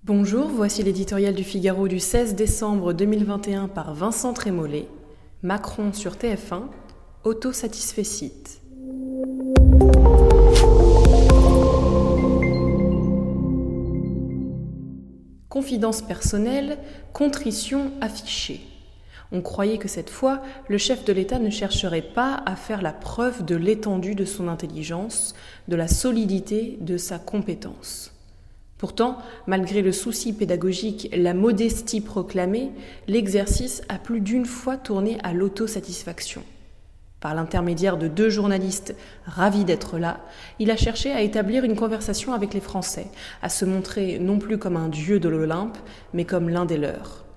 Bonjour, voici l'éditorial du Figaro du 16 décembre 2021 par Vincent Trémollet. Macron sur TF1, autosatisfecit. Confidence personnelle, contrition affichée. On croyait que cette fois, le chef de l'État ne chercherait pas à faire la preuve de l'étendue de son intelligence, de la solidité de sa compétence. Pourtant, malgré le souci pédagogique, la modestie proclamée, l'exercice a plus d'une fois tourné à l'autosatisfaction. Par l'intermédiaire de 2 journalistes ravis d'être là, il a cherché à établir une conversation avec les Français, à se montrer non plus comme un dieu de l'Olympe, mais comme l'un des leurs.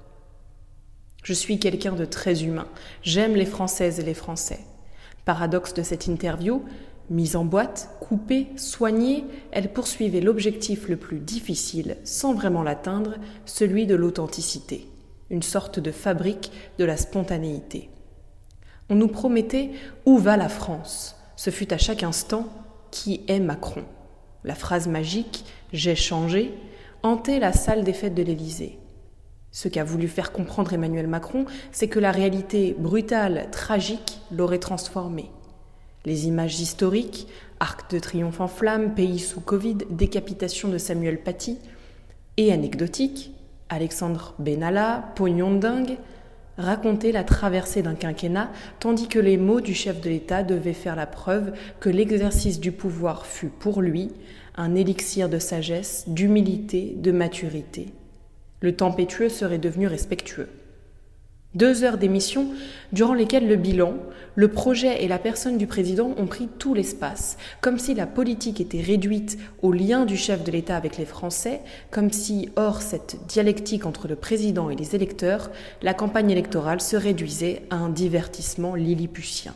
Je suis quelqu'un de très humain, j'aime les Françaises et les Français. Paradoxe de cette interview, mise en boîte, coupée, soignée, elle poursuivait l'objectif le plus difficile, sans vraiment l'atteindre, celui de l'authenticité, une sorte de fabrique de la spontanéité. On nous promettait « Où va la France ?» Ce fut à chaque instant « Qui est Macron ?» La phrase magique « J'ai changé » hantait la salle des fêtes de l'Élysée. Ce qu'a voulu faire comprendre Emmanuel Macron, c'est que la réalité brutale, tragique, l'aurait transformé. Les images historiques, Arc de Triomphe en flammes, pays sous Covid, décapitation de Samuel Paty, et anecdotiques, Alexandre Benalla, pognon de dingue, racontaient la traversée d'un quinquennat, tandis que les mots du chef de l'État devaient faire la preuve que l'exercice du pouvoir fut pour lui un élixir de sagesse, d'humilité, de maturité. Le tempétueux serait devenu respectueux. 2 heures d'émission durant lesquelles le bilan, le projet et la personne du président ont pris tout l'espace, comme si la politique était réduite au lien du chef de l'État avec les Français, comme si, hors cette dialectique entre le président et les électeurs, la campagne électorale se réduisait à un divertissement lilliputien.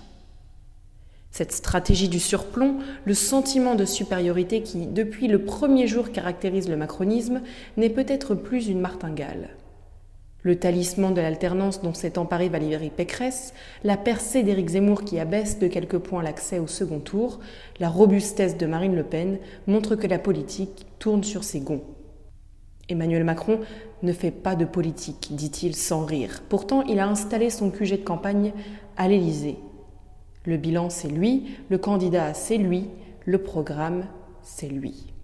Cette stratégie du surplomb, le sentiment de supériorité qui, depuis le premier jour, caractérise le macronisme, n'est peut-être plus une martingale. Le talisman de l'alternance dont s'est emparée Valérie Pécresse, la percée d'Éric Zemmour qui abaisse de quelques points l'accès au second tour, la robustesse de Marine Le Pen montrent que la politique tourne sur ses gonds. Emmanuel Macron ne fait pas de politique, dit-il sans rire. Pourtant, il a installé son QG de campagne à l'Élysée. Le bilan, c'est lui, le candidat, c'est lui, le programme, c'est lui.